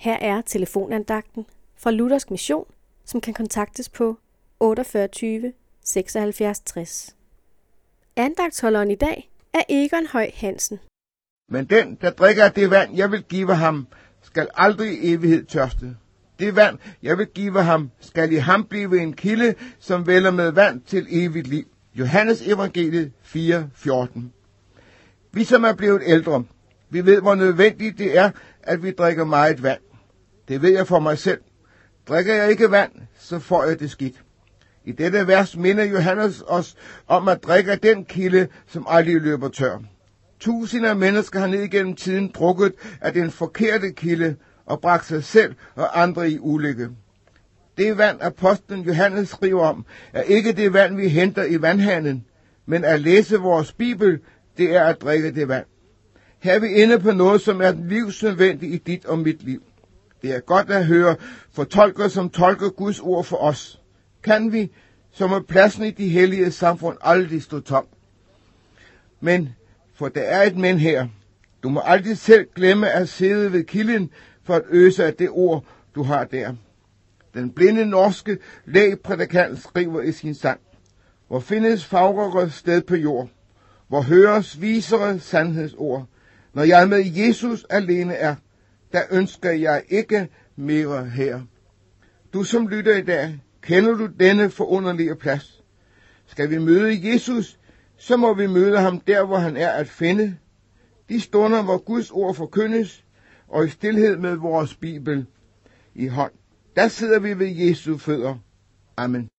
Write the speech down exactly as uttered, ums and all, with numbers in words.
Her er telefonandagten fra Luthersk Mission, som kan kontaktes på otteogfyrre tyve seksoghalvfjerds tres. Andagtsholderen i dag er Egon Høj Hansen. Men den, der drikker af det vand, jeg vil give ham, skal aldrig i evighed tørste. Det vand, jeg vil give ham, skal i ham blive en kilde, som vælger med vand til evigt liv. Johannes evangeliet fire fjorten. Vi som er blevet ældre, vi ved, hvor nødvendigt det er, at vi drikker meget vand. Det ved jeg for mig selv. Drikker jeg ikke vand, så får jeg det skidt. I dette vers minder Johannes os om at drikke af den kilde, som aldrig løber tør. Tusinder af mennesker har ned igennem tiden drukket af den forkerte kilde og bragt sig selv og andre i ulykke. Det vand, apostlen Johannes skriver om, er ikke det vand, vi henter i vandhanen, men at læse vores Bibel, det er at drikke det vand. Her er vi inde på noget, som er livsnødvendigt i dit og mit liv. Det er godt at høre fortolkere, som tolker Guds ord for os. Kan vi, så må pladsen i de hellige samfund aldrig stå tom. Men, for der er et men her. Du må aldrig selv glemme at sidde ved kilden for at øse af det ord, du har der. Den blinde norske lægprædikant skriver i sin sang: Hvor findes fagrere sted på jord? Hvor høres visere sandhedsord? Når jeg med Jesus alene er, der ønsker jeg ikke mere her. Du som lytter i dag, kender du denne forunderlige plads? Skal vi møde Jesus, så må vi møde ham der, hvor han er at finde. De stunder, hvor Guds ord forkyndes, og i stilhed med vores Bibel i hånd. Der sidder vi ved Jesu fødder. Amen.